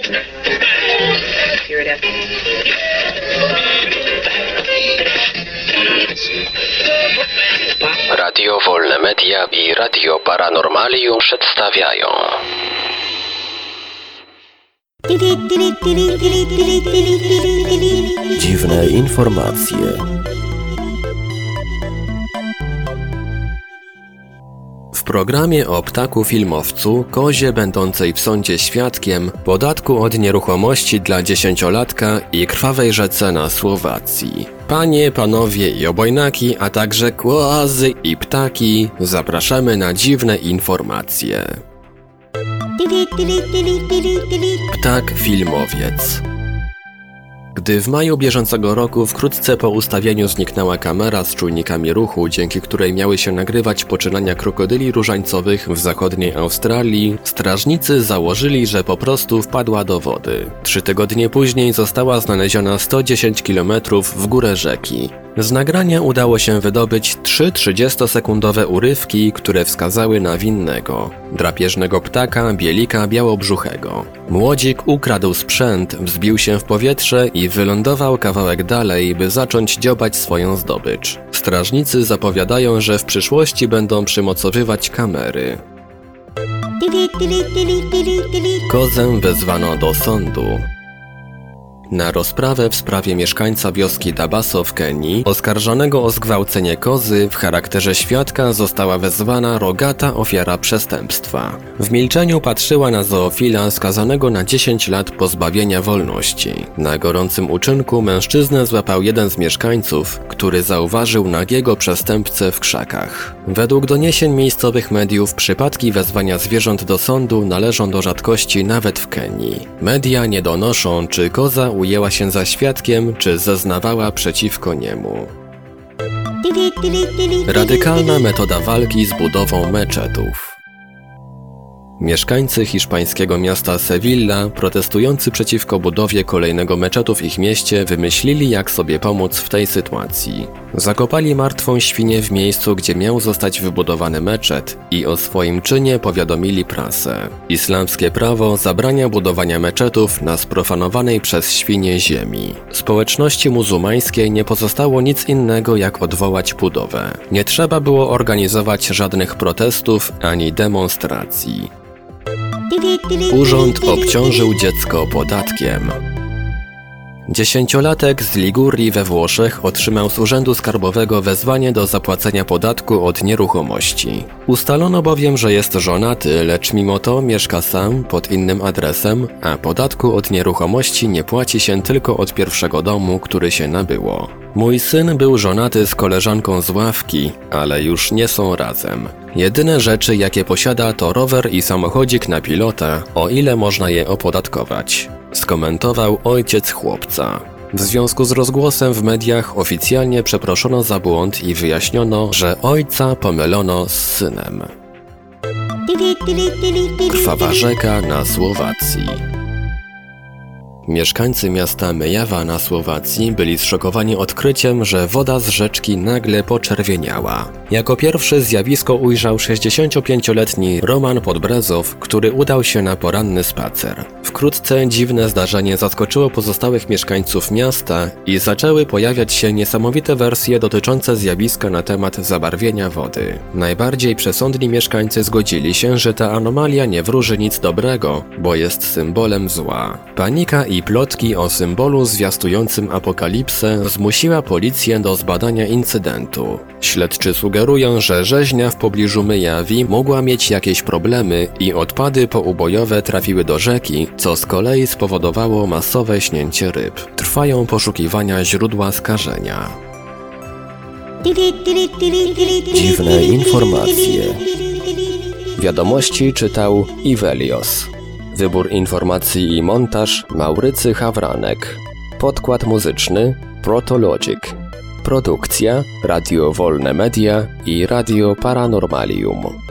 Radio Wolne Media i Radio Paranormalium przedstawiają dziwne informacje. W programie o ptaku filmowcu, kozie będącej w sądzie świadkiem, podatku od nieruchomości dla 10-latka i krwawej rzece na Słowacji. Panie, panowie i obojnaki, a także kozy i ptaki, zapraszamy na dziwne informacje. Ptak filmowiec. Gdy w maju bieżącego roku wkrótce po ustawieniu zniknęła kamera z czujnikami ruchu, dzięki której miały się nagrywać poczynania krokodyli różańcowych w zachodniej Australii, strażnicy założyli, że po prostu wpadła do wody. 3 tygodnie później została znaleziona 110 km w górę rzeki. Z nagrania udało się wydobyć 3 30-sekundowe urywki, które wskazały na winnego. Drapieżnego ptaka bielika białobrzuchego. Młodzik ukradł sprzęt, wzbił się w powietrze i wylądował kawałek dalej, by zacząć dziobać swoją zdobycz. Strażnicy zapowiadają, że w przyszłości będą przymocowywać kamery. Kozę wezwano do sądu. Na rozprawę w sprawie mieszkańca wioski Dabaso w Kenii, oskarżonego o zgwałcenie kozy, w charakterze świadka została wezwana rogata ofiara przestępstwa. W milczeniu patrzyła na zoofila skazanego na 10 lat pozbawienia wolności. Na gorącym uczynku mężczyznę złapał jeden z mieszkańców, który zauważył nagiego przestępcę w krzakach. Według doniesień miejscowych mediów przypadki wezwania zwierząt do sądu należą do rzadkości nawet w Kenii. Media nie donoszą, czy koza ujęła się za świadkiem, czy zeznawała przeciwko niemu. Radykalna metoda walki z budową meczetów. Mieszkańcy hiszpańskiego miasta Sevilla, protestujący przeciwko budowie kolejnego meczetu w ich mieście, wymyślili, jak sobie pomóc w tej sytuacji. Zakopali martwą świnię w miejscu, gdzie miał zostać wybudowany meczet i o swoim czynie powiadomili prasę. Islamskie prawo zabrania budowania meczetów na sprofanowanej przez świnie ziemi. Społeczności muzułmańskiej nie pozostało nic innego, jak odwołać budowę. Nie trzeba było organizować żadnych protestów ani demonstracji. Urząd obciążył dziecko podatkiem. 10-latek z Ligurii we Włoszech otrzymał z urzędu skarbowego wezwanie do zapłacenia podatku od nieruchomości. Ustalono bowiem, że jest żonaty, lecz mimo to mieszka sam pod innym adresem, a podatku od nieruchomości nie płaci się tylko od pierwszego domu, który się nabyło. Mój syn był żonaty z koleżanką z ławki, ale już nie są razem. Jedyne rzeczy, jakie posiada, to rower i samochodzik na pilota, o ile można je opodatkować, skomentował ojciec chłopca. W związku z rozgłosem w mediach oficjalnie przeproszono za błąd i wyjaśniono, że ojca pomylono z synem. Krwawa rzeka na Słowacji. Mieszkańcy miasta Myjawa na Słowacji byli zszokowani odkryciem, że woda z rzeczki nagle poczerwieniała. Jako pierwszy zjawisko ujrzał 65-letni Roman Podbrezow, który udał się na poranny spacer. Wkrótce dziwne zdarzenie zaskoczyło pozostałych mieszkańców miasta i zaczęły pojawiać się niesamowite wersje dotyczące zjawiska na temat zabarwienia wody. Najbardziej przesądni mieszkańcy zgodzili się, że ta anomalia nie wróży nic dobrego, bo jest symbolem zła. Panika i plotki o symbolu zwiastującym apokalipsę zmusiła policję do zbadania incydentu. Śledczy sugerują, że rzeźnia w pobliżu Myjawi mogła mieć jakieś problemy i odpady poubojowe trafiły do rzeki, co z kolei spowodowało masowe śnięcie ryb. Trwają poszukiwania źródła skażenia. Dziwne informacje. Wiadomości czytał Ivelios. Wybór informacji i montaż Maurycy Hawranek. Podkład muzyczny Protologic. Produkcja Radio Wolne Media i Radio Paranormalium.